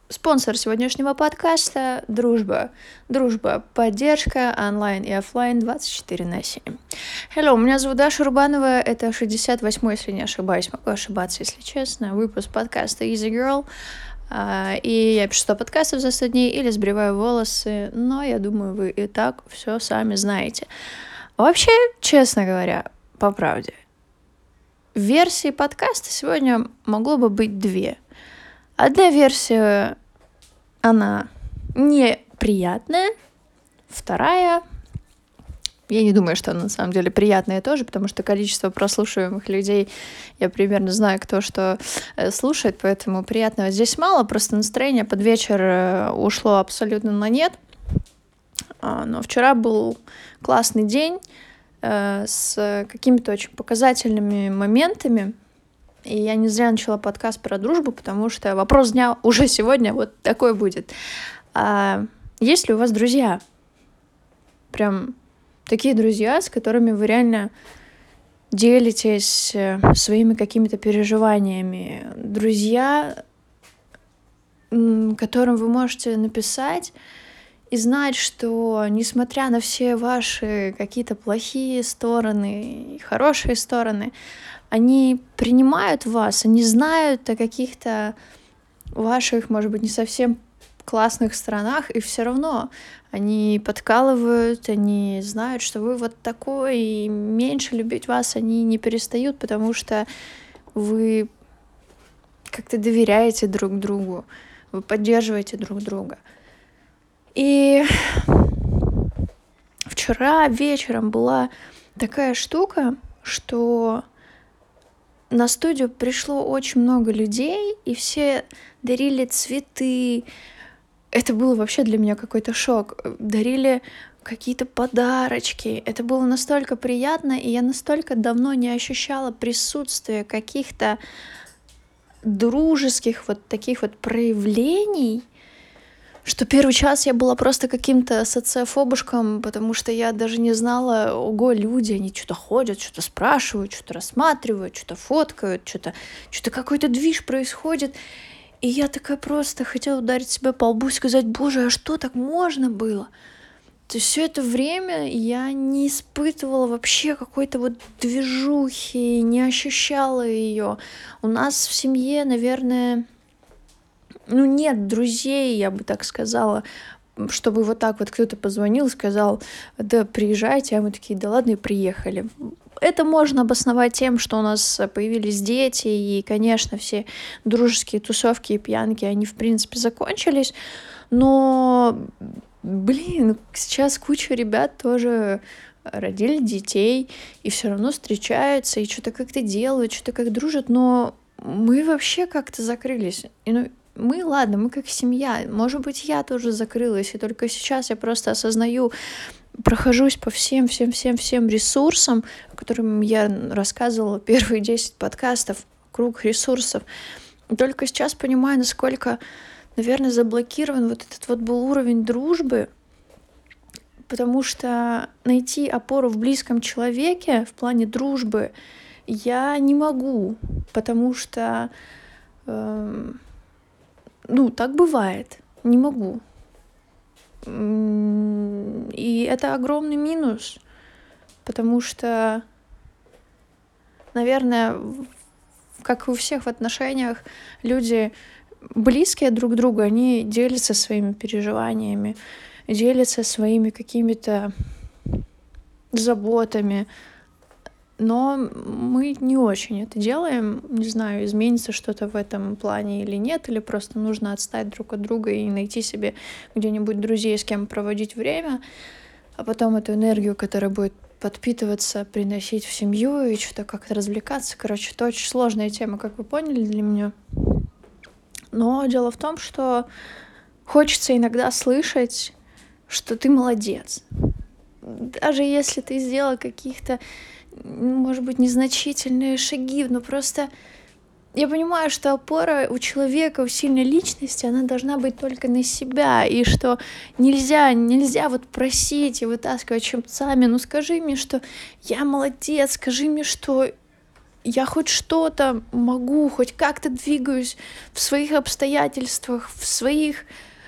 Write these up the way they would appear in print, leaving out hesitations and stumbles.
Спонсор сегодняшнего подкаста — Дружба. Дружба, поддержка онлайн и офлайн 24/7. Hello, меня зовут Даша Рубанова, это 68-й, если не ошибаюсь, могу ошибаться, если честно, выпуск подкаста Easy Girl. И я пишу 100 подкастов за 100 дней или сбриваю волосы, но я думаю, вы и так все сами знаете. Вообще, честно говоря, по правде, версии подкаста сегодня могло бы быть две. Одна версия, она неприятная, вторая, я не думаю, что она на самом деле приятная тоже, потому что количество прослушиваемых людей, я примерно знаю, кто что слушает, поэтому приятного здесь мало, просто настроение под вечер ушло абсолютно на нет. Но вчера был классный день с какими-то очень показательными моментами. И я не зря начала подкаст про дружбу, потому что вопрос дня уже сегодня вот такой будет. Есть ли у вас друзья? Прям такие друзья, с которыми вы реально делитесь своими какими-то переживаниями. Друзья, которым вы можете написать и знать, что несмотря на все ваши какие-то плохие стороны и хорошие стороны, они принимают вас, они знают о каких-то ваших, может быть, не совсем классных сторонах, и все равно они подкалывают, они знают, что вы вот такой, и меньше любить вас они не перестают, потому что вы как-то доверяете друг другу, вы поддерживаете друг друга. И вчера вечером была такая штука, что на студию пришло очень много людей, и все дарили цветы. Это было вообще для меня какой-то шок. Дарили какие-то подарочки. Это было настолько приятно, и я настолько давно не ощущала присутствия каких-то дружеских вот таких вот проявлений, что первый час я была просто каким-то социофобушком, потому что я даже не знала, ого, люди, они что-то ходят, что-то спрашивают, что-то рассматривают, что-то фоткают, что-то какой-то движ происходит. И я такая просто хотела ударить себя по лбу и сказать: боже, а что, так можно было? То есть все это время я не испытывала вообще какой-то вот движухи, не ощущала ее. У нас в семье, наверное, нет друзей, я бы так сказала, чтобы вот так вот кто-то позвонил, сказал: да, приезжайте, а мы такие: да ладно, и приехали. Это можно обосновать тем, что у нас появились дети, и, конечно, все дружеские тусовки и пьянки, они, в принципе, закончились, но, сейчас куча ребят тоже родили детей, и все равно встречаются, и что-то как-то делают, что-то как дружат, но мы вообще как-то закрылись. Мы как семья. Может быть, я тоже закрылась, и только сейчас я просто осознаю, прохожусь по всем ресурсам, о которых я рассказывала первые 10 подкастов, круг ресурсов. И только сейчас понимаю, насколько, наверное, заблокирован вот этот вот был уровень дружбы, потому что найти опору в близком человеке в плане дружбы я не могу, потому что так бывает, не могу. И это огромный минус, потому что, наверное, как и у всех в отношениях, люди близкие друг другу, они делятся своими переживаниями, делятся своими какими-то заботами, но мы не очень это делаем. Не знаю, изменится что-то в этом плане или нет, или просто нужно отстать друг от друга и найти себе где-нибудь друзей, с кем проводить время, а потом эту энергию, которая будет подпитываться, приносить в семью и что-то как-то развлекаться. Короче, это очень сложная тема, как вы поняли, для меня. Но дело в том, что хочется иногда слышать, что ты молодец. Даже если ты сделал каких-то, может быть, незначительные шаги, но просто я понимаю, что опора у человека, у сильной личности, она должна быть только на себя, и что нельзя вот просить и вытаскивать чем-то сами. Ну скажи мне, что я молодец, скажи мне, что я хоть что-то могу, хоть как-то двигаюсь в своих обстоятельствах, в своих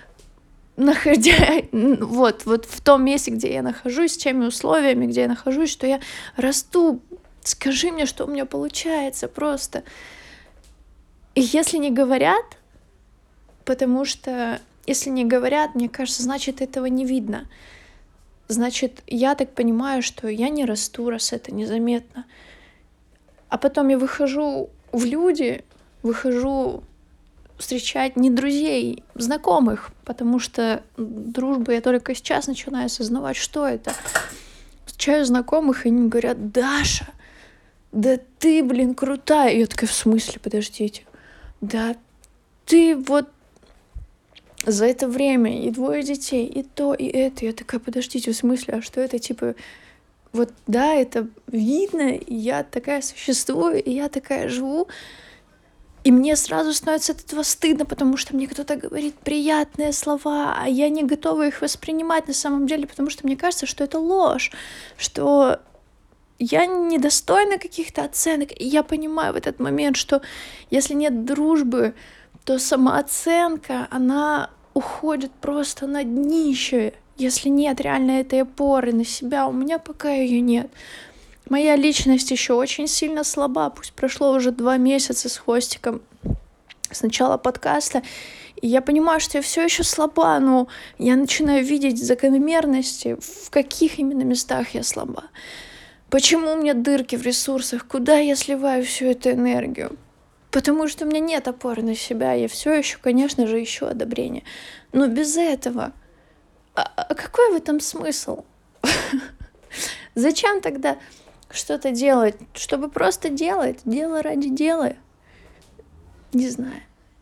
вот в том месте, где я нахожусь, с теми условиями, где я нахожусь, что я расту. Скажи мне, что у меня получается просто. И если не говорят, потому что если не говорят, мне кажется, значит, этого не видно. Значит, я так понимаю, что я не расту, раз это незаметно. А потом я выхожу в люди, выхожу встречать не друзей, знакомых, потому что дружбу я только сейчас начинаю осознавать, что это. Встречаю знакомых, и они говорят: Даша, да ты, блин, крутая. И я такая: в смысле, подождите? Да ты вот за это время и 2 детей, и то, и это. Я такая: подождите, в смысле, а что это, типа, вот да, это видно, и я такая существую, и я такая живу. И мне сразу становится от этого стыдно, потому что мне кто-то говорит приятные слова, а я не готова их воспринимать на самом деле, потому что мне кажется, что это ложь, что я недостойна каких-то оценок. И я понимаю в этот момент, что если нет дружбы, то самооценка, она уходит просто на днище, если нет реально этой опоры на себя. У меня пока ее нет. Моя личность еще очень сильно слаба, пусть прошло уже 2 месяца с хвостиком с начала подкаста, и я понимаю, что я все еще слаба, но я начинаю видеть закономерности, в каких именно местах я слаба. Почему у меня дырки в ресурсах, куда я сливаю всю эту энергию? Потому что у меня нет опоры на себя, я все еще, конечно же, ищу одобрение. Но без этого, а какой в этом смысл? Зачем тогда что-то делать, чтобы просто делать, дело ради дела? Не знаю.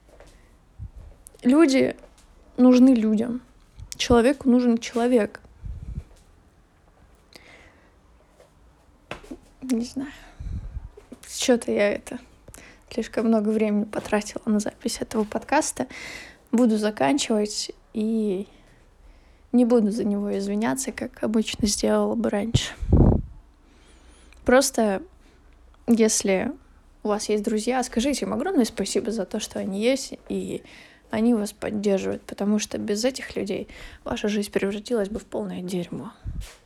Люди нужны людям. Человеку нужен человек. Не знаю. Что-то я слишком много времени потратила на запись этого подкаста. Буду заканчивать и не буду за него извиняться, как обычно сделала бы раньше. Просто, если у вас есть друзья, скажите им огромное спасибо за то, что они есть, и они вас поддерживают, потому что без этих людей ваша жизнь превратилась бы в полное дерьмо.